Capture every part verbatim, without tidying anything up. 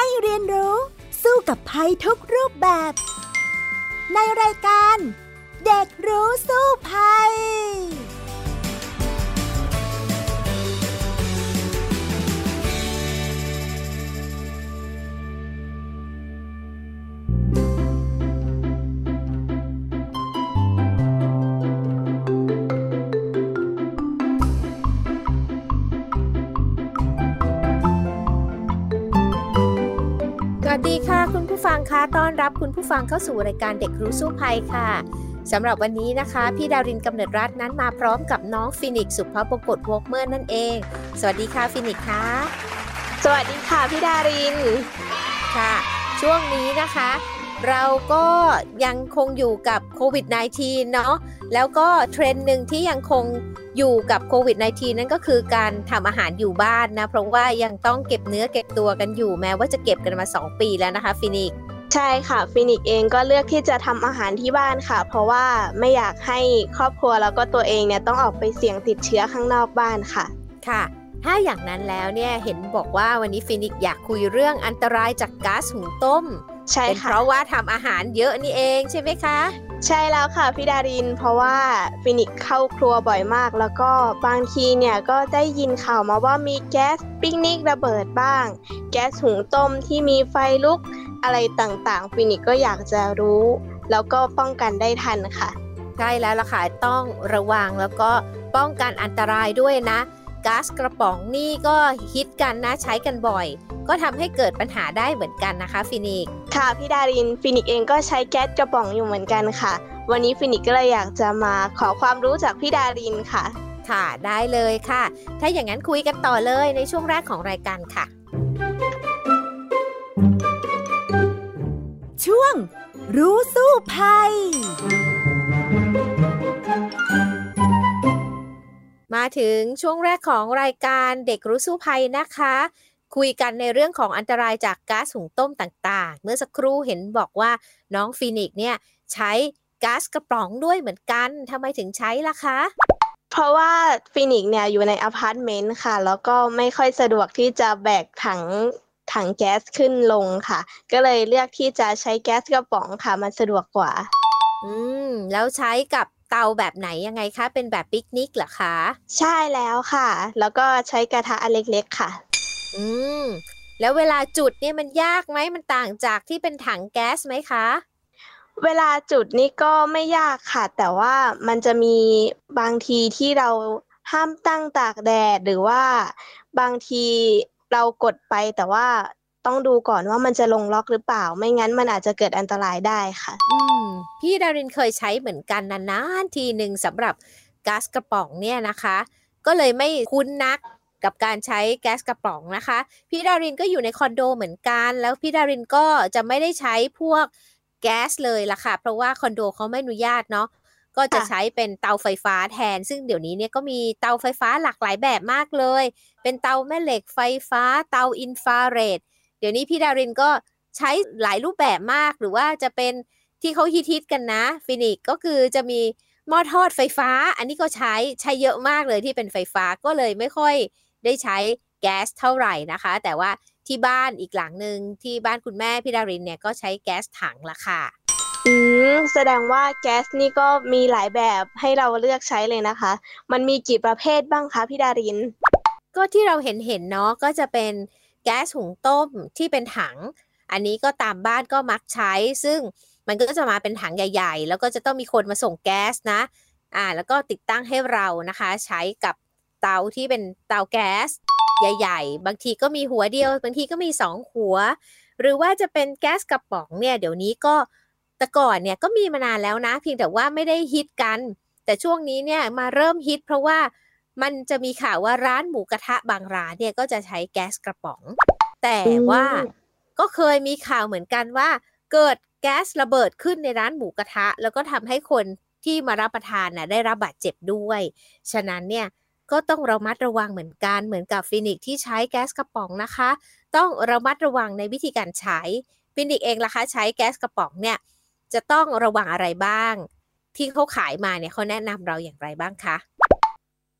ให้เรียนรู้สู้กับภัยทุกรูปแบบในรายการเด็กรู้สู้ภัยสวัสดีค่ะคุณผู้ฟังคะต้อนรับคุณผู้ฟังเข้าสู่รายการเด็กรู้สู้ภัยค่ะสำหรับวันนี้นะคะพี่ดารินกำเนิดรัตน์นั้นมาพร้อมกับน้องฟินิกซ์สุภบงกตวอล์กเมอร์นั่นเองสวัสดีค่ะฟินิกซ์ค่ะสวัสดีค่ะพี่ดารินค่ะช่วงนี้นะคะเราก็ยังคงอยู่กับโควิด สิบเก้า เนาะแล้วก็เทรนด์หนึ่งที่ยังคงอยู่กับโควิด สิบเก้า นั่นก็คือการทำอาหารอยู่บ้านนะเพราะว่ายังต้องเก็บเนื้อเก็บตัวกันอยู่แม้ว่าจะเก็บกันมาสองปีแล้วนะคะฟินิกใช่ค่ะฟินิกเองก็เลือกที่จะทำอาหารที่บ้านค่ะเพราะว่าไม่อยากให้ครอบครัวแล้วก็ตัวเองเนี่ยต้องออกไปเสี่ยงติดเชื้อข้างนอกบ้านค่ะค่ะถ้าอย่างนั้นแล้วเนี่ยเห็นบอกว่าวันนี้ฟินิกอยากคุยเรื่องอันตรายจากก๊าซหุงต้มใช่ค่ะเป็นเพราะว่าทำอาหารเยอะนี่เองใช่ไหมคะใช่แล้วค่ะพี่ดารินเพราะว่าฟินิกเข้าครัวบ่อยมากแล้วก็บางทีเนี่ยก็ได้ยินข่าวมาว่ามีแก๊สปิกนิกระเบิดบ้างแก๊สหุงต้มที่มีไฟลุกอะไรต่างๆฟินิกก็อยากจะรู้แล้วก็ป้องกันได้ทันค่ะใช่แล้วล่ะค่ะต้องระวังแล้วก็ป้องกันอันตรายด้วยนะก๊าซกระป๋องนี่ก็ฮิตกันนะใช้กันบ่อยก็ทำให้เกิดปัญหาได้เหมือนกันนะคะฟินิกค่ะพี่ดารินฟินิกเองก็ใช้แก๊สกระป๋องอยู่เหมือนกันค่ะวันนี้ฟินิกก็เลยอยากจะมาขอความรู้จากพี่ดารินค่ะค่ะได้เลยค่ะถ้าอย่างนั้นคุยกันต่อเลยในช่วงแรกของรายการค่ะช่วงรู้สู้ภัยมาถึงช่วงแรกของรายการเด็กรู้สู้ภัยนะคะคุยกันในเรื่องของอันตรายจากก๊าซหุงต้มต่างๆเมื่อสักครู่เห็นบอกว่าน้องฟินิกเนี่ยใช้ก๊าซกระป๋องด้วยเหมือนกันทำไมถึงใช้ล่ะคะเพราะว่าฟินิกเนี่ยอยู่ในอพาร์ตเมนต์ค่ะแล้วก็ไม่ค่อยสะดวกที่จะแบกถังถังแก๊สขึ้นลงค่ะก็เลยเลือกที่จะใช้แก๊สกระป๋องค่ะมันสะดวกกว่าอืมแล้วใช้กับเตาแบบไหนยังไงคะเป็นแบบปิกนิกเหรอคะใช่แล้วค่ะแล้วก็ใช้กระทะอันเล็กๆค่ะอืมแล้วเวลาจุดเนี่ยมันยากไหมมันต่างจากที่เป็นถังแก๊สไหมคะเวลาจุดนี่ก็ไม่ยากค่ะแต่ว่ามันจะมีบางทีที่เราห้ามตั้งตากแดดหรือว่าบางทีเรากดไปแต่ว่าต้องดูก่อนว่ามันจะลงล็อกหรือเปล่าไม่งั้นมันอาจจะเกิดอันตรายได้ค่ะอืมพี่ดารินเคยใช้เหมือนกันนานๆทีหนึ่งสำหรับก๊าซกระป๋องเนี่ยนะคะก็เลยไม่คุ้นนักกับการใช้แก๊สกระป๋องนะคะพี่ดารินก็อยู่ในคอนโดเหมือนกันแล้วพี่ดารินก็จะไม่ได้ใช้พวกแก๊สเลยล่ะค่ะเพราะว่าคอนโดเขาไม่อนุญาตเนาะก็จะใช้เป็นเตาไฟฟ้าแทนซึ่งเดี๋ยวนี้เนี่ยก็มีเตาไฟฟ้าหลากหลายแบบมากเลยเป็นเตาแม่เหล็กไฟฟ้าเตาอินฟราเรดเดี๋ยวนี้พี่ดารินก็ใช้หลายรูปแบบมากหรือว่าจะเป็นที่เขาฮิตๆกันนะฟินิกก็คือจะมีหม้อทอดไฟฟ้าอันนี้ก็ใช้ใช้เยอะมากเลยที่เป็นไฟฟ้าก็เลยไม่ค่อยได้ใช้แก๊สเท่าไหร่นะคะแต่ว่าที่บ้านอีกหลังนึงที่บ้านคุณแม่พี่ดารินเนี่ยก็ใช้แก๊สถังละค่ะอืมแสดงว่าแก๊สนี่ก็มีหลายแบบให้เราเลือกใช้เลยนะคะมันมีกี่ประเภทบ้างคะพี่ดารินก็ที่เราเห็นเห็นเนาะก็จะเป็นแก๊สหุงต้มที่เป็นถังอันนี้ก็ตามบ้านก็มักใช้ซึ่งมันก็จะมาเป็นถังใหญ่ๆแล้วก็จะต้องมีคนมาส่งแก๊สนะอ่าแล้วก็ติดตั้งให้เรานะคะใช้กับเตาที่เป็นเตาแก๊สใหญ่ๆบางทีก็มีหัวเดียวบางทีก็มีสองหัวหรือว่าจะเป็นแก๊สกระป๋องเนี่ยเดี๋ยวนี้ก็แต่ก่อนเนี่ยก็มีมานานแล้วนะเพียงแต่ว่าไม่ได้ฮิตกันแต่ช่วงนี้เนี่ยมาเริ่มฮิตเพราะว่ามันจะมีข่าวว่าร้านหมูกระทะบางร้านเนี่ยก็จะใช้แก๊สกระป๋องแต่ว่าก็เคยมีข่าวเหมือนกันว่าเกิดแก๊สระเบิดขึ้นในร้านหมูกระทะแล้วก็ทำให้คนที่มารับประทานน่ะได้รับบาดเจ็บด้วยฉะนั้นเนี่ยก็ต้องระมัดระวังเหมือนกันเหมือนกับฟินิกที่ใช้แก๊สกระป๋องนะคะต้องระมัดระวังในวิธีการใช้ฟินิกเองล่ะคะใช้แก๊สกระป๋องเนี่ยจะต้องระวังอะไรบ้างที่เขาขายมาเนี่ยเขาแนะนำเราอย่างไรบ้างคะค่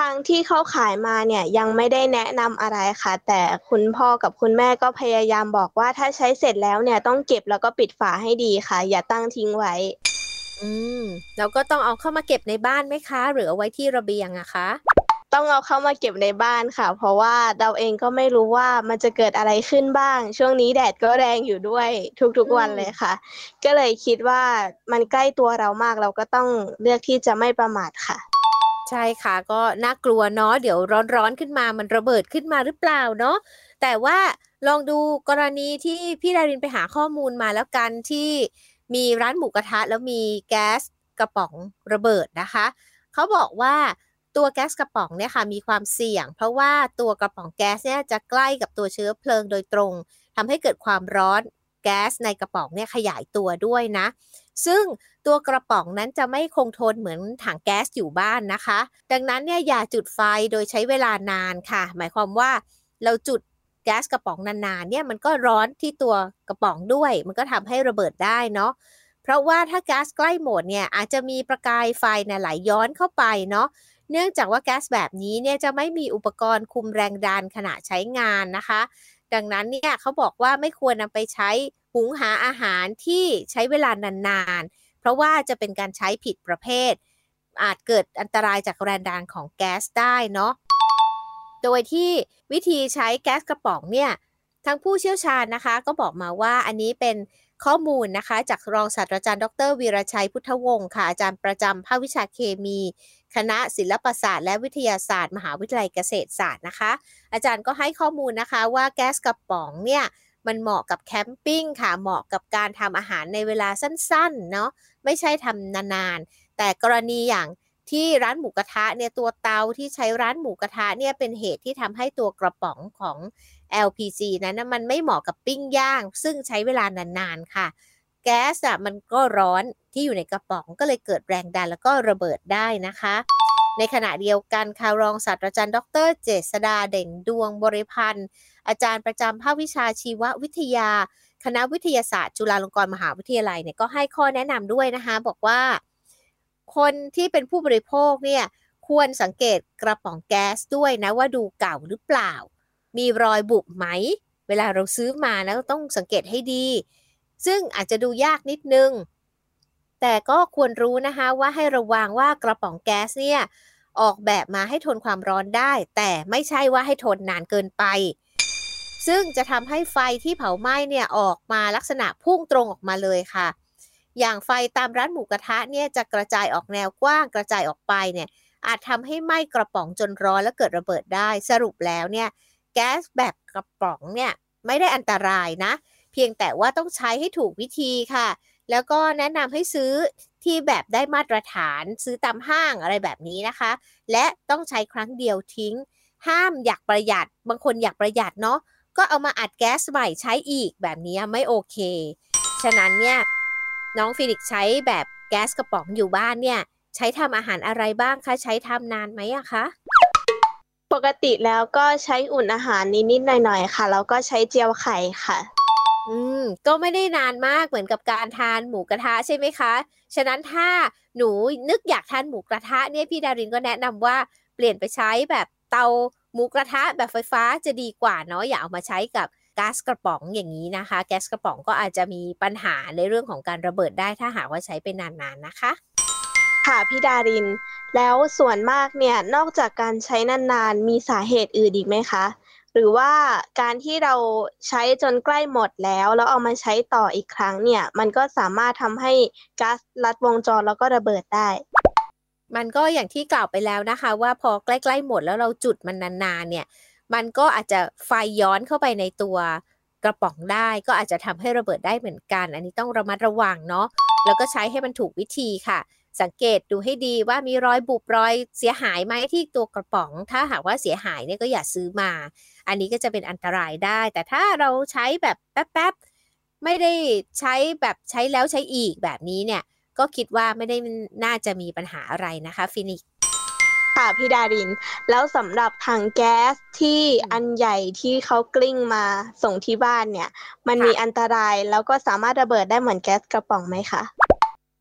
างที่เขาขายมาเนี่ยยังไม่ได้แนะนำอะไรค่ะแต่คุณพ่อกับคุณแม่ก็พยายามบอกว่าถ้าใช้เสร็จแล้วเนี่ยต้องเก็บแล้วก็ปิดฝาให้ดีค่ะอย่าตั้งทิ้งไว้อืมแล้วก็ต้องเอาเข้ามาเก็บในบ้านไหมคะหรือเอาไว้ที่ระเบียงอะคะต้องเอาเข้ามาเก็บในบ้านค่ะเพราะว่าเราเองก็ไม่รู้ว่ามันจะเกิดอะไรขึ้นบ้างช่วงนี้แดดก็แรงอยู่ด้วยทุกๆวันเลยค่ะก็เลยคิดว่ามันใกล้ตัวเรามากเราก็ต้องเลือกที่จะไม่ประมาทค่ะใช่ค่ะก็น่ากลัวเนาะเดี๋ยวร้อนๆขึ้นมามันระเบิดขึ้นมาหรือเปล่าเนาะแต่ว่าลองดูกรณีที่พี่ดารินไปหาข้อมูลมาแล้วกันที่มีร้านหมูกระทะแล้วมีแก๊สกระป๋องระเบิดนะคะเขาบอกว่าตัวแก๊สกระป๋องเนี่ยค่ะมีความเสี่ยงเพราะว่าตัวกระป๋องแก๊สเนี่ยจะใกล้กับตัวเชื้อเพลิงโดยตรงทำให้เกิดความร้อนแก๊สในกระป๋องเนี่ยขยายตัวด้วยนะซึ่งตัวกระป๋องนั้นจะไม่คงทนเหมือนถังแก๊สอยู่บ้านนะคะดังนั้นเนี่ยอย่าจุดไฟโดยใช้เวลานานค่ะหมายความว่าเราจุดแก๊สกระป๋องนานๆเนี่ยมันก็ร้อนที่ตัวกระป๋องด้วยมันก็ทำให้ระเบิดได้เนาะเพราะว่าถ้าแก๊สใกล้หมดเนี่ยอาจจะมีประกายไฟเนี่ยไหลย้อนเข้าไปเนาะเนื่องจากว่าแก๊สแบบนี้เนี่ยจะไม่มีอุปกรณ์คุมแรงดันขณะใช้งานนะคะดังนั้นเนี่ยเขาบอกว่าไม่ควรนำไปใช้หุงหาอาหารที่ใช้เวลานานๆเพราะว่าจะเป็นการใช้ผิดประเภทอาจเกิดอันตรายจากแรงดันของแก๊สได้เนาะโดยที่วิธีใช้แก๊สกระป๋องเนี่ยทางผู้เชี่ยวชาญนะคะก็บอกมาว่าอันนี้เป็นข้อมูลนะคะจากรองศาสตราจารย์ดรวีรชัยพุทธวงศ์ค่ะอาจารย์ประจำภาควิชาเคมีคณะศิลปศาสตร์และวิทยาศาสตร์มหาวิทยาลัยเกษตรศาสตร์นะคะอาจารย์ก็ให้ข้อมูลนะคะว่าแก๊สกระป๋องเนี่ยมันเหมาะกับแคมปิ้งค่ะเหมาะกับการทำอาหารในเวลาสั้นๆเนาะไม่ใช่ทำนานๆแต่กรณีอย่างที่ร้านหมูกระทะเนี่ยตัวเตาที่ใช้ร้านหมูกระทะเนี่ยเป็นเหตุที่ทำให้ตัวกระป๋องของ แอล พี จี นั้นนะมันไม่เหมาะกับปิ้งย่างซึ่งใช้เวลานานๆค่ะแก๊สอ่ะมันก็ร้อนที่อยู่ในกระป๋องก็เลยเกิดแรงดันแล้วก็ระเบิดได้นะคะในขณะเดียวกันค่ะรองศาสตราจารย์ดรเจษฎาเด่นดวงบริพันธ์อาจารย์ประจำภาควิชาชีววิทยาคณะวิทยาศาสตร์จุฬาลงกรณ์มหาวิทยาลัยเนี่ยก็ให้ข้อแนะนำด้วยนะคะบอกว่าคนที่เป็นผู้บริโภคเนี่ยควรสังเกตกระป๋องแก๊สด้วยนะว่าดูเก่าหรือเปล่ามีรอยบุบไหมเวลาเราซื้อมานะต้องสังเกตให้ดีซึ่งอาจจะดูยากนิดนึงแต่ก็ควรรู้นะคะว่าให้ระวังว่ากระป๋องแก๊สเนี่ยออกแบบมาให้ทนความร้อนได้แต่ไม่ใช่ว่าให้ทนนานเกินไปซึ่งจะทำให้ไฟที่เผาไหม้เนี่ยออกมาลักษณะพุ่งตรงออกมาเลยค่ะอย่างไฟตามร้านหมูกระทะเนี่ยจะกระจายออกแนวกว้างกระจายออกไปเนี่ยอาจทำให้ไหม้กระป๋องจนร้อนและเกิดระเบิดได้สรุปแล้วเนี่ยแก๊สแบบกระป๋องเนี่ยไม่ได้อันตรายนะเพียงแต่ว่าต้องใช้ให้ถูกวิธีค่ะแล้วก็แนะนำให้ซื้อที่แบบได้มาตรฐานซื้อตามห้างอะไรแบบนี้นะคะและต้องใช้ครั้งเดียวทิ้งห้ามอยากประหยัดบางคนอยากประหยัดเนาะก็เอามาอัดแก๊สใหม่ใช้อีกแบบนี้ไม่โอเคฉะนั้นเนี่ยน้องฟินิกใช้แบบแก๊สกระป๋องอยู่บ้านเนี่ยใช้ทำอาหารอะไรบ้างคะใช้ทำนานไหมอะคะปกติแล้วก็ใช้อุ่นอาหารนิดๆหน่อยๆค่ะแล้วก็ใช้เจียวไข่ค่ะอืมก็ไม่ได้นานมากเหมือนกับการทานหมูกระทะใช่ไหมคะฉะนั้นถ้าหนูนึกอยากทานหมูกระทะเนี่ยพี่ดารินก็แนะนำว่าเปลี่ยนไปใช้แบบเตาหมูกระทะแบบไฟฟ้าจะดีกว่าเนาะอย่าเอามาใช้กับก๊าซกระป๋องอย่างนี้นะคะแก๊สกระป๋องก็อาจจะมีปัญหาในเรื่องของการระเบิดได้ถ้าหากว่าใช้ไปนานๆนะคะค่ะพี่ดารินแล้วส่วนมากเนี่ยนอกจากการใช้นานๆมีสาเหตุอื่นอีกไหมคะหรือว่าการที่เราใช้จนใกล้หมดแล้วแล้วเอามาใช้ต่ออีกครั้งเนี่ยมันก็สามารถทำให้ก๊าซลัดวงจรแล้วก็ระเบิดได้มันก็อย่างที่กล่าวไปแล้วนะคะว่าพอใกล้ๆหมดแล้วเราจุดมันนานๆเนี่ยมันก็อาจจะไฟย้อนเข้าไปในตัวกระป๋องได้ก็อาจจะทำให้ระเบิดได้เหมือนกันอันนี้ต้องระมัดระวังเนาะแล้วก็ใช้ให้มันถูกวิธีค่ะสังเกตดูให้ดีว่ามีรอยบุบรอยเสียหายไหมที่ตัวกระป๋องถ้าหากว่าเสียหายเนี่ยก็อย่าซื้อมาอันนี้ก็จะเป็นอันตรายได้แต่ถ้าเราใช้แบบแป๊บๆไม่ได้ใช้แบบใช้แล้วใช้อีกแบบนี้เนี่ยก็คิดว่าไม่ได้น่าจะมีปัญหาอะไรนะคะฟินิกค่ะพี่ดารินแล้วสำหรับถังแก๊สที่อันใหญ่ที่เขากลิ้งมาส่งที่บ้านเนี่ยมันมีอันตรายแล้วก็สามารถระเบิดได้เหมือนแก๊สกระป๋องไหมคะ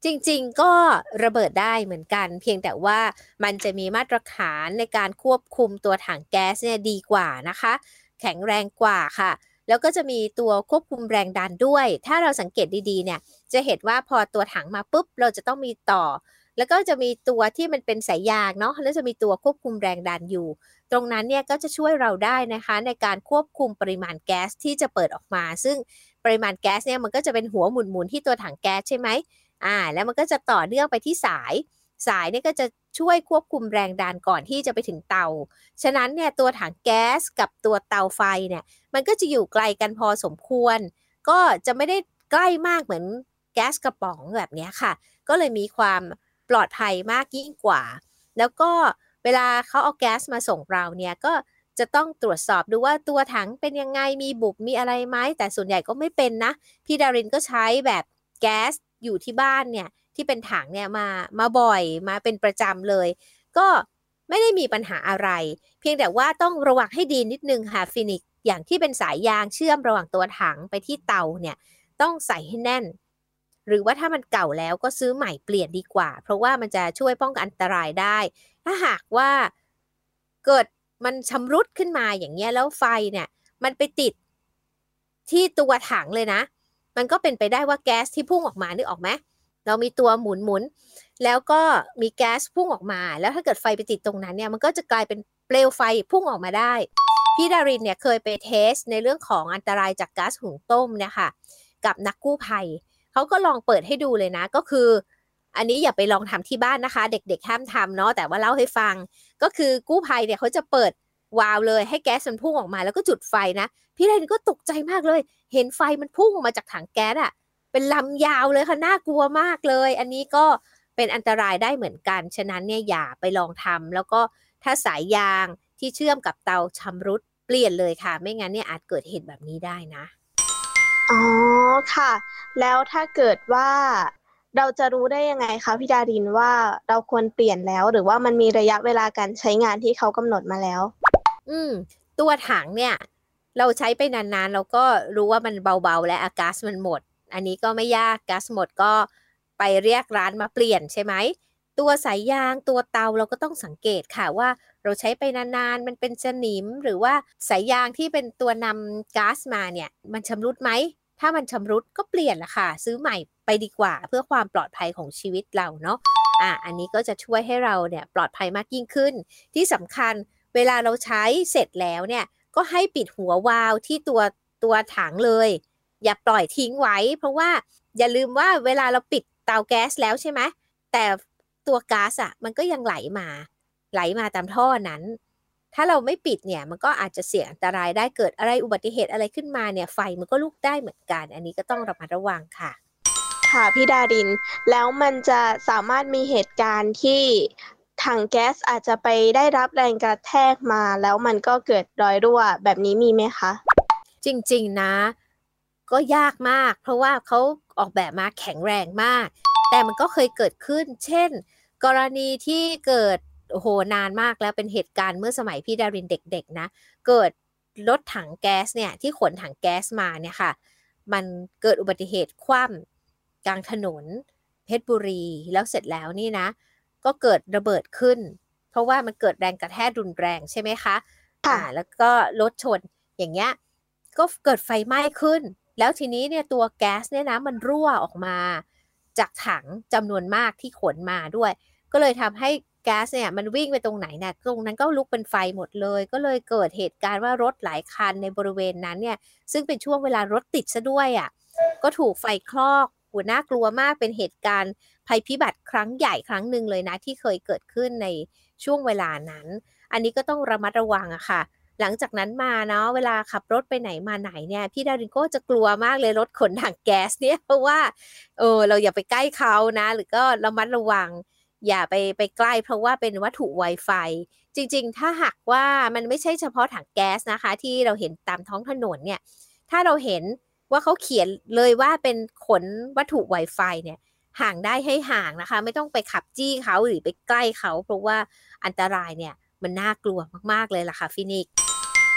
จริงๆก็ระเบิดได้เหมือนกันเพียงแต่ว่ามันจะมีมาตรฐานในการควบคุมตัวถังแก๊สเนี่ยดีกว่านะคะแข็งแรงกว่าค่ะแล้วก็จะมีตัวควบคุมแรงดันด้วยถ้าเราสังเกตดีๆเนี่ยจะเห็นว่าพอตัวถังมาปุ๊บเราจะต้องมีต่อแล้วก็จะมีตัวที่มันเป็นสายยางเนาะแล้วจะมีตัวควบคุมแรงดันอยู่ตรงนั้นเนี่ยก็จะช่วยเราได้นะคะในการควบคุมปริมาณแก๊สที่จะเปิดออกมาซึ่งปริมาณแก๊สเนี่ยมันก็จะเป็นหัวหมุนๆที่ตัวถังแก๊สใช่ไหมอ่าแล้วมันก็จะต่อเนื่องไปที่สายสายเนี่ยก็จะช่วยควบคุมแรงดันก่อนที่จะไปถึงเตาฉะนั้นเนี่ยตัวถังแก๊สกับตัวเตาไฟเนี่ยมันก็จะอยู่ไกลกันพอสมควรก็จะไม่ได้ใกล้มากเหมือนแก๊สกระป๋องแบบนี้ค่ะก็เลยมีความปลอดภัยมากยิ่งกว่าแล้วก็เวลาเขาเอาแก๊สมาส่งเราเนี่ยก็จะต้องตรวจสอบดูว่าตัวถังเป็นยังไงมีบุบมีอะไรไหมแต่ส่วนใหญ่ก็ไม่เป็นนะพี่ดารินก็ใช้แบบแก๊สอยู่ที่บ้านเนี่ยที่เป็นถังเนี่ยมามาบ่อยมาเป็นประจำเลยก็ไม่ได้มีปัญหาอะไรเพียงแต่ว่าต้องระวังให้ดีนิดนึงค่ะฟินิกอย่างที่เป็นสายยางเชื่อมระหว่างตัวถังไปที่เตาเนี่ยต้องใส่ให้แน่นหรือว่าถ้ามันเก่าแล้วก็ซื้อใหม่เปลี่ยนดีกว่าเพราะว่ามันจะช่วยป้องกันอันตรายได้ถ้าหากว่าเกิดมันชำรุดขึ้นมาอย่างเงี้ยแล้วไฟเนี่ยมันไปติดที่ตัวถังเลยนะมันก็เป็นไปได้ว่าแก๊สที่พุ่งออกมานึกออกไหมเรามีตัวหมุนหมุนแล้วก็มีแก๊สพุ่งออกมาแล้วถ้าเกิดไฟไปติดตรงนั้นเนี่ยมันก็จะกลายเป็นเปลวไฟพุ่งออกมาได้พี่ดารินเนี่ยเคยไปเทสในเรื่องของอันตรายจากก๊าซหุงต้มเนี่ยค่ะกับนักกู้ภัยเขาก็ลองเปิดให้ดูเลยนะก็คืออันนี้อย่าไปลองทำที่บ้านนะคะเด็กๆห้ามทำเนาะแต่ว่าเล่าให้ฟังก็คือกู้ภัยเนี่ยเขาจะเปิดวาล์วเลยให้แก๊สมันพุ่งออกมาแล้วก็จุดไฟนะพี่ดารินก็ตกใจมากเลยเห็นไฟมันพุ่งออกมาจากถังแก๊สอะเป็นลำยาวเลยค่ะน่ากลัวมากเลยอันนี้ก็เป็นอันตรายได้เหมือนกันฉะนั้นเนี่ยอย่าไปลองทำแล้วก็ถ้าสายยางที่เชื่อมกับเตาชำรุดเปลี่ยนเลยค่ะไม่งั้นเนี่ยอาจเกิดเหตุแบบนี้ได้นะอ๋อค่ะแล้วถ้าเกิดว่าเราจะรู้ได้ยังไงคะพี่ดารินว่าเราควรเปลี่ยนแล้วหรือว่ามันมีระยะเวลาการใช้งานที่เขากำหนดมาแล้วอืมตัวถังเนี่ยเราใช้ไปนานๆเราก็รู้ว่ามันเบาๆและก๊าซมันหมดอันนี้ก็ไม่ยากก๊าซหมดก็ไปเรียกร้านมาเปลี่ยนใช่ไหมตัวสายยางตัวเตาเราก็ต้องสังเกตค่ะว่าเราใช้ไปนานๆมันเป็นสนิมหรือว่าสายยางที่เป็นตัวนำก๊าซมาเนี่ยมันชำรุดไหมถ้ามันชำรุดก็เปลี่ยนละค่ะซื้อใหม่ไปดีกว่าเพื่อความปลอดภัยของชีวิตเราเนาะอ่ะอันนี้ก็จะช่วยให้เราเนี่ยปลอดภัยมากยิ่งขึ้นที่สำคัญเวลาเราใช้เสร็จแล้วเนี่ยก็ให้ปิดหัววาล์วที่ตัวตัวถังเลยอย่าปล่อยทิ้งไว้เพราะว่าอย่าลืมว่าเวลาเราปิดเตาแก๊สแล้วใช่ไหมแต่ตัวก๊าซอ่ะมันก็ยังไหลมาไหลมาตามท่อนั้นถ้าเราไม่ปิดเนี่ยมันก็อาจจะเสี่ยงอันตรายได้เกิดอะไรอุบัติเหตุอะไรขึ้นมาเนี่ยไฟมันก็ลุกได้เหมือนกันอันนี้ก็ต้องระมัดระวังค่ะค่ะพี่ดารินแล้วมันจะสามารถมีเหตุการณ์ที่ถังแก๊สอาจจะไปได้รับแรงกระแทกมาแล้วมันก็เกิดรอยรั่วแบบนี้มีไหมคะจริงๆนะก็ยากมากเพราะว่าเขาออกแบบมาแข็งแรงมากแต่มันก็เคยเกิดขึ้นเช่นกรณีที่เกิดโอ้โหนานมากแล้วเป็นเหตุการณ์เมื่อสมัยพี่ดารินเด็กๆนะเกิดรถถังแก๊สเนี่ยที่ขนถังแก๊สมาเนี่ยค่ะมันเกิดอุบัติเหตุคว่ำกลางถนนเพชรบุรีแล้วเสร็จแล้วนี่นะก็เกิดระเบิดขึ้นเพราะว่ามันเกิดแรงกระแทกรุนแรงใช่ไหมคะค่ะอ่าแล้วก็รถชนอย่างเงี้ยก็เกิดไฟไหม้ขึ้นแล้วทีนี้เนี่ยตัวแก๊สเนี่ยนะมันรั่วออกมาจากถังจำนวนมากที่ขนมาด้วยก็เลยทำให้แก๊สเนี่ยมันวิ่งไปตรงไหนนะตรงนั้นก็ลุกเป็นไฟหมดเลยก็เลยเกิดเหตุการณ์ว่ารถหลายคันในบริเวณนั้นเนี่ยซึ่งเป็นช่วงเวลารถติดซะด้วยอ่ะก็ถูกไฟคลอกหัวน่ากลัวมากเป็นเหตุการณ์ภัยพิบัติครั้งใหญ่ครั้งหนึ่งเลยนะที่เคยเกิดขึ้นในช่วงเวลานั้นอันนี้ก็ต้องระมัดระวังอะค่ะหลังจากนั้นมาเนาะเวลาขับรถไปไหนมาไหนเนี่ยพี่ดารินก็จะกลัวมากเลยรถขนถังแก๊สเนี่ยเพราะว่าเออเราอย่าไปใกล้เขานะหรือก็ระมัดระวังอย่าไปไปใกล้เพราะว่าเป็นวัตถุไวไฟจริงๆถ้าหากว่ามันไม่ใช่เฉพาะถังแก๊สนะคะที่เราเห็นตามท้องถนนเนี่ยถ้าเราเห็นว่าเขาเขียนเลยว่าเป็นขนวัตถุไวไฟเนี่ยห่างได้ให้ห่างนะคะไม่ต้องไปขับจี้เขาหรือไปใกล้เขาเพราะว่าอันตรายเนี่ยมันน่ากลัวมากๆเลยล่ะค่ะฟินิก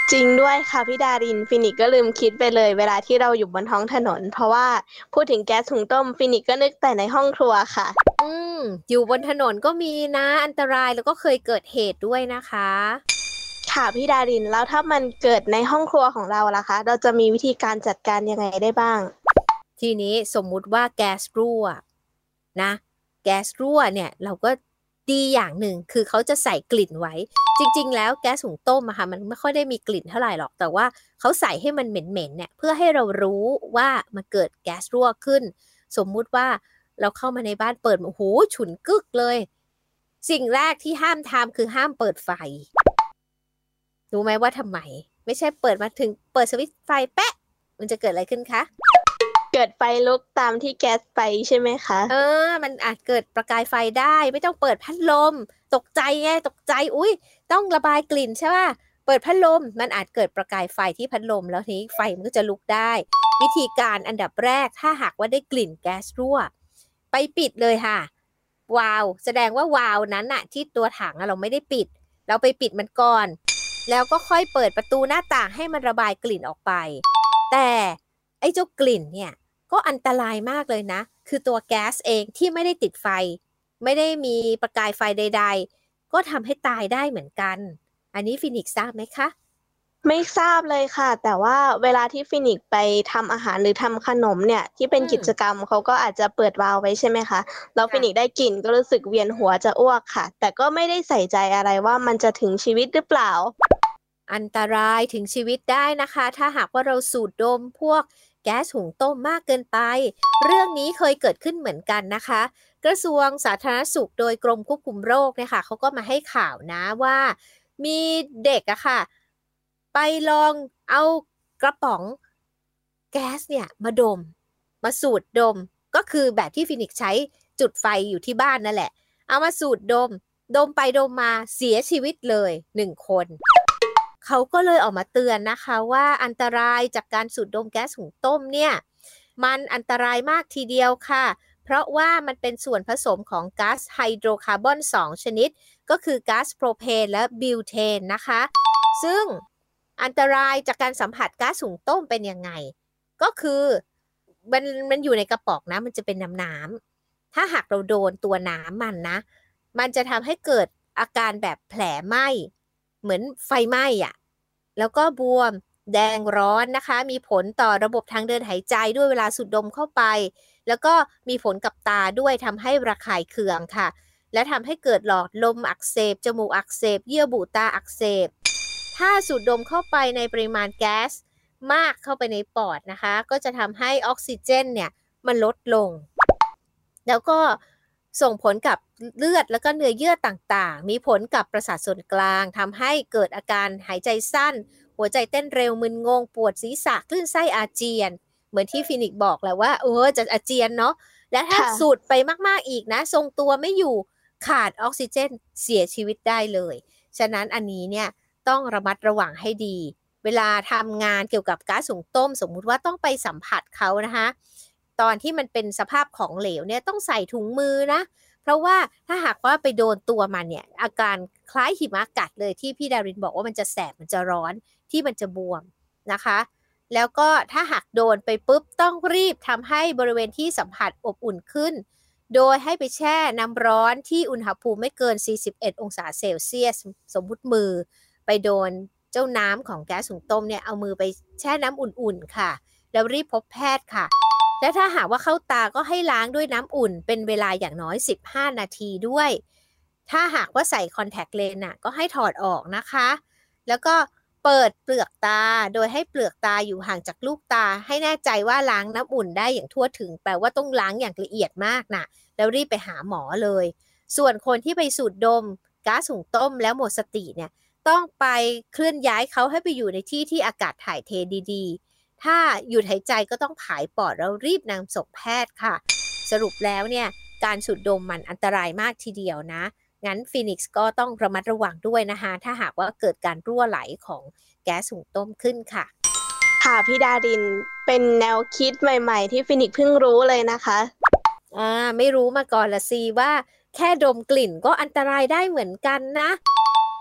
จริงด้วยค่ะพี่ดารินฟินิกก็ลืมคิดไปเลยเวลาที่เราอยู่บนท้องถนนเพราะว่าพูดถึงแก๊สหุงต้มฟินิกก็นึกแต่ในห้องครัวค่ะอืมอยู่บนถนนก็มีนะอันตรายแล้วก็เคยเกิดเหตุด้วยนะคะค่ะพี่ดารินแล้วถ้ามันเกิดในห้องครัวของเราล่ะคะเราจะมีวิธีการจัดการยังไงได้บ้างทีนี้สมมุติว่าแก๊สรั่วนะแก๊สรั่วเนี่ยเราก็ดีอย่างหนึ่งคือเขาจะใส่กลิ่นไว้จริงๆแล้วแก๊สหุงต้มอะค่ะมันไม่ค่อยได้มีกลิ่นเท่าไหร่หรอกแต่ว่าเขาใส่ให้มันเหม็นๆเนี่ยเพื่อให้เรารู้ว่ามันเกิดแก๊สรั่วขึ้นสมมุติว่าเราเข้ามาในบ้านเปิดโอ้โหฉุนกึกเลยสิ่งแรกที่ห้ามทำคือห้ามเปิดไฟรู้ไหมว่าทำไมไม่ใช่เปิดมาถึงเปิดสวิตช์ไฟแปะมันจะเกิดอะไรขึ้นคะเกิดไฟลุกตามที่แก๊สไปใช่ไหมคะเออมันอาจเกิดประกายไฟได้ไม่ต้องเปิดพัดลมตกใจไงตกใจอุ้ยต้องระบายกลิ่นใช่ป่ะเปิดพัดลมมันอาจเกิดประกายไฟที่พัดลมแล้วทีนี้ไฟมันก็จะลุกได้วิธีการอันดับแรกถ้าหากว่าได้กลิ่นแก๊สรั่วไปปิดเลยค่ะวาล์วแสดงว่าวาล์วนั้นอะที่ตัวถังเราไม่ได้ปิดเราไปปิดมันก่อนแล้วก็ค่อยเปิดประตูหน้าต่างให้มันระบายกลิ่นออกไปแต่ไอ้เจ้ากลิ่นเนี่ยก็อันตรายมากเลยนะคือตัวแก๊สเองที่ไม่ได้ติดไฟไม่ได้มีประกายไฟใดๆก็ทำให้ตายได้เหมือนกันอันนี้ฟินิกซ์ทราบไหมคะไม่ทราบเลยค่ะแต่ว่าเวลาที่ฟินิกไปทำอาหารหรือทำขนมเนี่ยที่เป็นกิจกรรมเขาก็อาจจะเปิดวาล์วไว้ใช่ไหมคะแล้วฟินิกได้กลิ่นก็รู้สึกเวียนหัวจะอ้วกค่ะแต่ก็ไม่ได้ใส่ใจอะไรว่ามันจะถึงชีวิตหรือเปล่าอันตรายถึงชีวิตได้นะคะถ้าหากว่าเราสูดดมพวกแก๊สหุงต้มมากเกินไปเรื่องนี้เคยเกิดขึ้นเหมือนกันนะคะกระทรวงสาธารณสุขโดยกรมควบคุมโรคเนี่ยค่ะเขาก็มาให้ข่าวนะว่ามีเด็กอะค่ะไปลองเอากระป๋องแก๊สเนี่ยมาดมมาสูดดมก็คือแบบที่ฟินิกซ์ใช้จุดไฟอยู่ที่บ้านนั่นแหละเอามาสูดดมดมไปดมมาเสียชีวิตเลยหนึ่งคนเขาก็เลยออกมาเตือนนะคะว่าอันตรายจากการสูดดมแก๊สหุงต้มเนี่ยมันอันตรายมากทีเดียวค่ะเพราะว่ามันเป็นส่วนผสมของก๊าซไฮโดรคาร์บอนสองชนิดก็คือก๊าซโพรเพนและบิวเทนนะคะซึ่งอันตรายจากการสัมผัสก๊าซหุงต้มเป็นยังไงก็คือมันมันอยู่ในกระป๋องนะมันจะเป็นน้ำน้ำถ้าหากเราโดนตัวน้ำมันนะมันจะทำให้เกิดอาการแบบแผลไหม้เหมือนไฟไหม้อ่ะแล้วก็บวมแดงร้อนนะคะมีผลต่อระบบทางเดินหายใจด้วยเวลาสูดดมเข้าไปแล้วก็มีผลกับตาด้วยทำให้ระคายเคืองค่ะและทำให้เกิดหลอดลมอักเสบจมูกอักเสบเยื่อบุตาอักเสบถ้าสูดดมเข้าไปในปริมาณแก๊สมากเข้าไปในปอดนะคะก็จะทำให้ออกซิเจนเนี่ยมันลดลงแล้วก็ส่งผลกับเลือดแล้วก็เนื้อเยื่อต่างๆมีผลกับประสาทส่วนกลางทำให้เกิดอาการหายใจสั้นหัวใจเต้นเร็วมึนงงปวดศีรษะคลื่นไส้อาเจียนเหมือนที่ฟินิกบอกแหละว่าเออจะอาเจียนเนาะและถ้าสูดไปมากๆอีกนะทรงตัวไม่อยู่ขาดออกซิเจนเสียชีวิตได้เลยฉะนั้นอันนี้เนี่ยต้องระมัดระวังให้ดีเวลาทำงานเกี่ยวกับก๊าซหุงต้มสมมุติว่าต้องไปสัมผัสเขานะคะตอนที่มันเป็นสภาพของเหลวเนี่ยต้องใส่ถุงมือนะเพราะว่าถ้าหากว่าไปโดนตัวมันเนี่ยอาการคล้ายหิมะกัดเลยที่พี่ดารินบอกว่ามันจะแสบมันจะร้อนที่มันจะบวมนะคะแล้วก็ถ้าหากโดนไปปุ๊บต้องรีบทำให้บริเวณที่สัมผัสอบอุ่นขึ้นโดยให้ไปแช่น้ำร้อนที่อุณหภูมิไม่เกินสี่สิบเอ็ดองศาเซลเซียสสมมุติมือไปโดนเจ้าน้ำของแก๊สหุงต้มเนี่ยเอามือไปแช่น้ำอุ่นๆค่ะแล้วรีบพบแพทย์ค่ะและถ้าหากว่าเข้าตาก็ให้ล้างด้วยน้ำอุ่นเป็นเวลาอย่างน้อยสิบห้านาทีด้วยถ้าหากว่าใส่คอนแทคเลนส์น่ะก็ให้ถอดออกนะคะแล้วก็เปิดเปลือกตาโดยให้เปลือกตาอยู่ห่างจากลูกตาให้แน่ใจว่าล้างน้ำอุ่นได้อย่างทั่วถึงแปลว่าต้องล้างอย่างละเอียดมากนะแล้วรีบไปหาหมอเลยส่วนคนที่ไปสูดดมก๊าซหุงต้มแล้วหมดสติเนี่ยต้องไปเคลื่อนย้ายเขาให้ไปอยู่ในที่ที่อากาศถ่ายเทดีๆถ้าหยุดหายใจก็ต้องผายปอดแล้วรีบนำส่งแพทย์ค่ะสรุปแล้วเนี่ยการสูดดมมันอันตรายมากทีเดียวนะงั้นฟีนิกซ์ก็ต้องระมัดระวังด้วยนะคะถ้าหากว่าเกิดการรั่วไหลของแก๊สหุงต้มขึ้นค่ะค่ะพี่ดารินเป็นแนวคิดใหม่ๆที่ฟินิกซ์เพิ่งรู้เลยนะคะอ่าไม่รู้มาก่อนละสิว่าแค่ดมกลิ่นก็อันตรายได้เหมือนกันนะ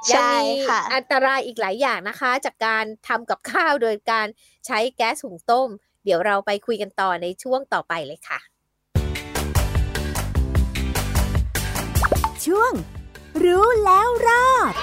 ยังมีอันตรายอีกหลายอย่างนะคะจากการทำกับข้าวโดยการใช้แก๊สหุงต้มเดี๋ยวเราไปคุยกันต่อในช่วงต่อไปเลยค่ะช่วงรู้แล้วรอด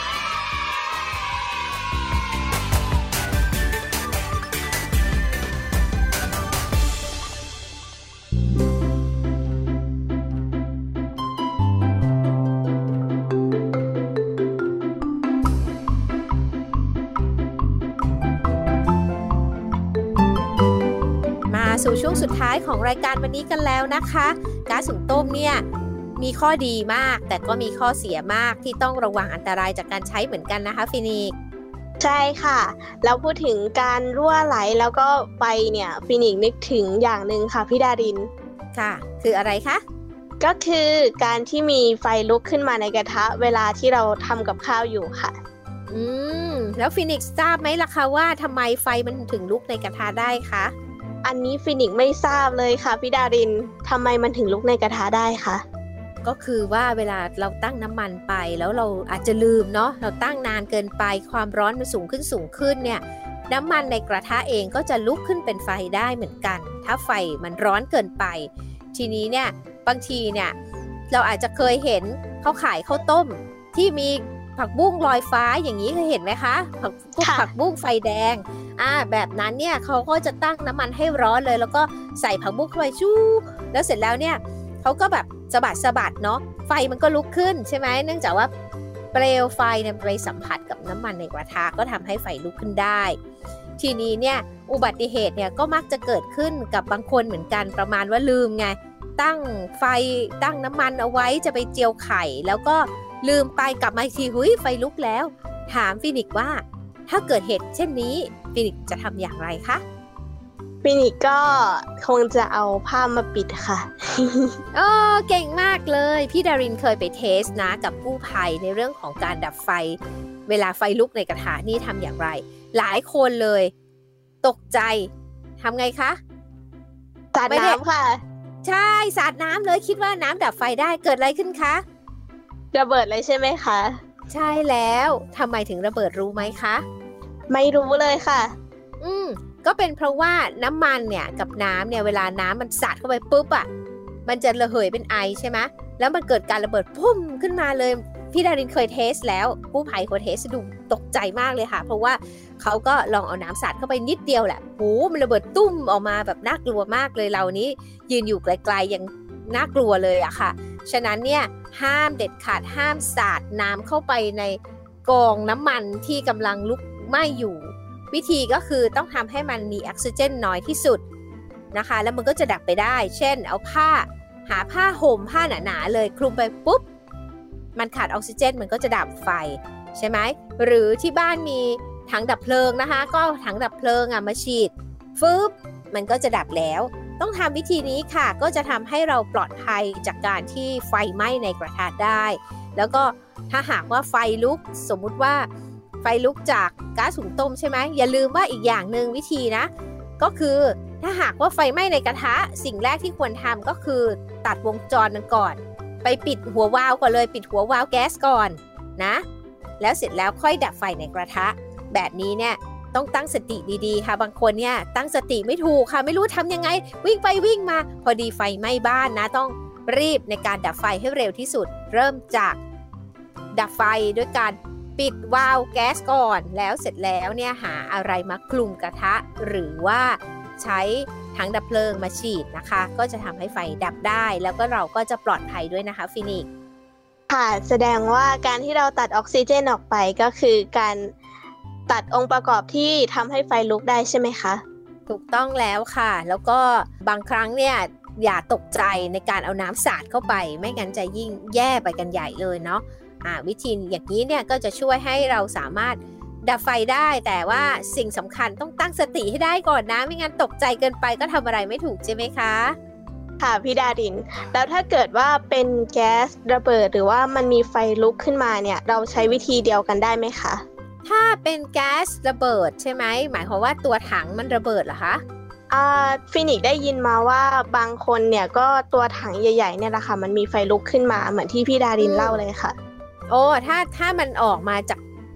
สู่ช่วงสุดท้ายของรายการวันนี้กันแล้วนะคะก๊าซหุงต้มเนี่ยมีข้อดีมากแต่ก็มีข้อเสียมากที่ต้องระวังอันตรายจากการใช้เหมือนกันนะคะฟินิกใช่ค่ะแล้วพูดถึงการรั่วไหลแล้วก็ไฟเนี่ยฟินิกนึกถึงอย่างหนึ่งค่ะพี่ดารินค่ะคืออะไรคะก็คือการที่มีไฟลุกขึ้นมาในกระทะเวลาที่เราทำกับข้าวอยู่ค่ะอืมแล้วฟินิกทราบไหมล่ะคะว่าทำไมไฟมันถึงลุกในกระทะได้คะอันนี้ฟินิกไม่ทราบเลยค่ะพี่ดารินทำไมมันถึงลุกในกระทะได้คะก็คือว่าเวลาเราตั้งน้ำมันไปแล้วเราอาจจะลืมเนาะเราตั้งนานเกินไปความร้อนมันสูงขึ้นสูงขึ้นเนี่ยน้ำมันในกระทะเองก็จะลุกขึ้นเป็นไฟได้เหมือนกันถ้าไฟมันร้อนเกินไปทีนี้เนี่ยบางทีเนี่ยเราอาจจะเคยเห็นเขาขายข้าวต้มที่มีผักบุ้งลอยฟ้าอย่างนี้เคยเห็นไหมคะผักพวกผักบุ้งไฟแดงอ่าแบบนั้นเนี่ยเขาก็จะตั้งน้ำมันให้ร้อนเลยแล้วก็ใส่ผักบุ้งเข้าไปชู้แล้วเสร็จแล้วเนี่ยเขาก็แบบสะบัดสะบัดเนาะไฟมันก็ลุกขึ้นใช่ไหมเนื่องจากว่าเปลวไฟเนี่ยไปสัมผัสกับน้ำมันในกระทะก็ทำให้ไฟลุกขึ้นได้ทีนี้เนี่ยอุบัติเหตุเนี่ยก็มักจะเกิดขึ้นกับบางคนเหมือนกันประมาณว่าลืมไงตั้งไฟตั้งน้ำมันเอาไว้จะไปเจียวไข่แล้วก็ลืมไปกลับมาอีกทีหุยไฟลุกแล้วถามฟินิกว่าถ้าเกิดเหตุเช่นนี้ฟินิกจะทำอย่างไรคะฟินิกก็คงจะเอาผ้ามาปิดค่ะโอ้เก่งมากเลยพี่ดารินเคยไปเทสนะกับกู้ภัยในเรื่องของการดับไฟเวลาไฟลุกในกระทะนี่ทำอย่างไรหลายคนเลยตกใจทำไงคะสาดน้ำค่ะใช่สาดน้ำเลยคิดว่าน้ำดับไฟได้เกิดอะไรขึ้นคะระเบิดเลยใช่ไหมคะใช่แล้วทำไมถึงระเบิดรู้ไหมคะไม่รู้เลยค่ะอืมก็เป็นเพราะว่าน้ำมันเนี่ยกับน้ำเนี่ยเวลาน้ำมันสาดเข้าไปปุ๊บอ่ะมันจะระเหยเป็นไอใช่ไหมแล้วมันเกิดการระเบิดพุ่มขึ้นมาเลยพี่ดารินเคยเทสแล้วกู้ภัยเคยเทสดูตกใจมากเลยค่ะเพราะว่าเขาก็ลองเอาน้ำสาดเข้าไปนิดเดียวแหละโหมันระเบิดตุ้มออกมาแบบน่ากลัวมากเลยเรานี้ยืนอยู่ไกลๆยังน่ากลัวเลยอะค่ะฉะนั้นเนี่ยห้ามเด็ดขาดห้ามสาดน้ำเข้าไปในกองน้ำมันที่กำลังลุกไหม้อยู่วิธีก็คือต้องทำให้มันมีออกซิเจนน้อยที่สุดนะคะแล้วมันก็จะดับไปได้เช่นเอาผ้าหาผ้าห่มผ้าหนาๆเลยคลุมไปปุ๊บมันขาดออกซิเจนมันก็จะดับไฟใช่ไหมหรือที่บ้านมีถังดับเพลิงนะคะก็ถังดับเพลิงอ่ะมาฉีดฟึบมันก็จะดับแล้วต้องทำวิธีนี้ค่ะก็จะทำให้เราปลอดภัยจากการที่ไฟไหม้ในกระทะได้แล้วก็ถ้าหากว่าไฟลุกสมมุติว่าไฟลุกจากก๊าซหุงต้มใช่ไหมอย่าลืมว่าอีกอย่างหนึ่งวิธีนะก็คือถ้าหากว่าไฟไหม้ในกระทะสิ่งแรกที่ควรทำก็คือตัดวงจรนั้นก่อนไปปิดหัววาล์วก่อนเลยปิดหัววาล์วแก๊สก่อนนะแล้วเสร็จแล้วค่อยดับไฟในกระทะแบบนี้เนี่ยต้องตั้งสติดีๆค่ะบางคนเนี่ยตั้งสติไม่ถูกค่ะไม่รู้ทำยังไงวิ่งไปวิ่งมาพอดีไฟไหม้บ้านนะต้องรีบในการดับไฟให้เร็วที่สุดเริ่มจากดับไฟด้วยการปิดวาล์วแก๊สก่อนแล้วเสร็จแล้วเนี่ยหาอะไรมาคลุมกระทะหรือว่าใช้ถังดับเพลิงมาฉีดนะคะก็จะทำให้ไฟดับได้แล้วก็เราก็จะปลอดภัยด้วยนะคะฟินิกค่ะแสดงว่าการที่เราตัดออกซิเจนออกไปก็คือการตัดองค์ประกอบที่ทำให้ไฟลุกได้ใช่ไหมคะถูกต้องแล้วค่ะแล้วก็บางครั้งเนี่ยอย่าตกใจในการเอาน้ำสาดเข้าไปไม่งั้นจะยิ่งแย่ไปกันใหญ่เลยเนาะอ่าวิธีอย่างนี้เนี่ยก็จะช่วยให้เราสามารถดับไฟได้แต่ว่าสิ่งสำคัญต้องตั้งสติให้ได้ก่อนนะไม่งั้นตกใจเกินไปก็ทำอะไรไม่ถูกใช่ไหมคะค่ะพี่ดารินแล้วถ้าเกิดว่าเป็นแก๊สระเบิดหรือว่ามันมีไฟลุกขึ้นมาเนี่ยเราใช้วิธีเดียวกันได้ไหมคะถ้าเป็นแก๊สระเบิดใช่ไหมหมายความว่าตัวถังมันระเบิดเหรอคะอ่าฟินิกได้ยินมาว่าบางคนเนี่ยก็ตัวถังใหญ่ๆเนี่ยแหละค่ะมันมีไฟลุกขึ้นมาเหมือนที่พี่ดารินเล่าเลยค่ะโอ้ถ้าถ้ามันออกมาจาก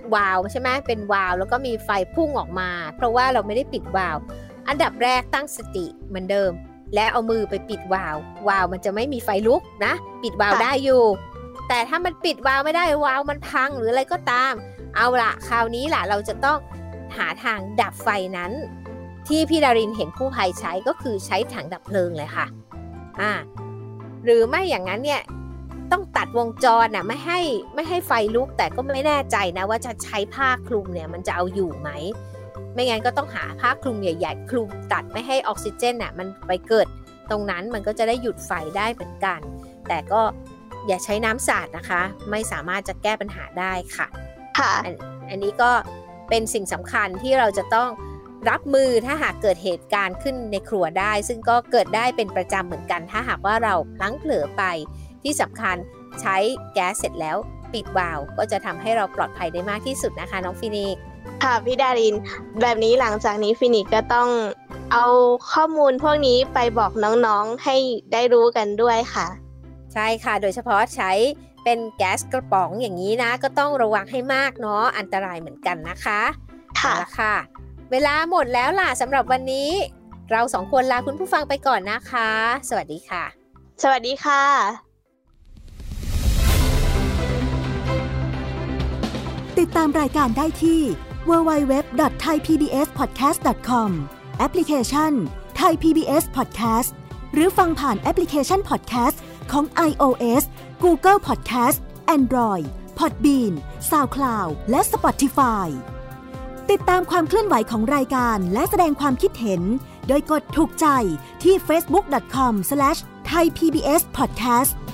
วาล์วใช่ไหมเป็นวาล์วแล้วก็มีไฟพุ่งออกมาเพราะว่าเราไม่ได้ปิดวาล์วอันดับแรกตั้งสติเหมือนเดิมและเอามือไปปิดวาล์ววาล์วมันจะไม่มีไฟลุกนะปิดวาล์วได้อยู่แต่ถ้ามันปิดวาล์วไม่ได้วาล์วมันพังหรืออะไรก็ตามเอาละคราวนี้ล่ะเราจะต้องหาทางดับไฟนั้นที่พี่ดารินเห็นกู้ภัยใช้ก็คือใช้ถังดับเพลิงเลยค่ะอ่าหรือไม่อย่างนั้นเนี่ยต้องตัดวงจรน่ะไม่ให้ไม่ให้ไฟลุกแต่ก็ไม่แน่ใจนะว่าจะใช้ผ้าคลุมเนี่ยมันจะเอาอยู่ไหมไม่งั้นก็ต้องหาผ้าคลุมใหญ่ๆคลุมตัดไม่ให้ออกซิเจนน่ะมันไปเกิดตรงนั้นมันก็จะได้หยุดไฟได้เหมือนกันแต่ก็อย่าใช้น้ำสาดนะคะไม่สามารถจะแก้ปัญหาได้ค่ะค่ะอัน, อันนี้ก็เป็นสิ่งสำคัญที่เราจะต้องรับมือถ้าหากเกิดเหตุการณ์ขึ้นในครัวได้ซึ่งก็เกิดได้เป็นประจำเหมือนกันถ้าหากว่าเราพลั้งเผลอไปที่สำคัญใช้แก๊สเสร็จแล้วปิดวาล์วก็จะทำให้เราปลอดภัยได้มากที่สุดนะคะน้องฟินิกค่ะพี่ดารินแบบนี้หลังจากนี้ฟินิกก็ต้องเอาข้อมูลพวกนี้ไปบอกน้องๆให้ได้รู้กันด้วยค่ะใช่ค่ะโดยเฉพาะใช้เป็นแก๊สกระป๋องอย่างนี้นะก็ต้องระวังให้มากเนาะอันตรายเหมือนกันนะคะค่ะค่ะเวลาหมดแล้วล่ะสำหรับวันนี้เราสองคนลาคุณผู้ฟังไปก่อนนะคะสวัสดีค่ะสวัสดีค่ะติดตามรายการได้ที่ ดับเบิลยู ดับเบิลยู ดับเบิลยู ดอท ไทย พี บี เอส พอดแคสต์ ดอท คอม แอปพลิเคชัน Thai พี บี เอส Podcast หรือฟังผ่านแอปพลิเคชัน Podcast ของ iOS Google Podcast Android Podbean SoundCloud และ Spotify ติดตามความเคลื่อนไหวของรายการและแสดงความคิดเห็นโดยกดถูกใจที่ เฟซบุ๊ก ดอท คอม สแลช ไทย พี บี เอส พอดแคสต์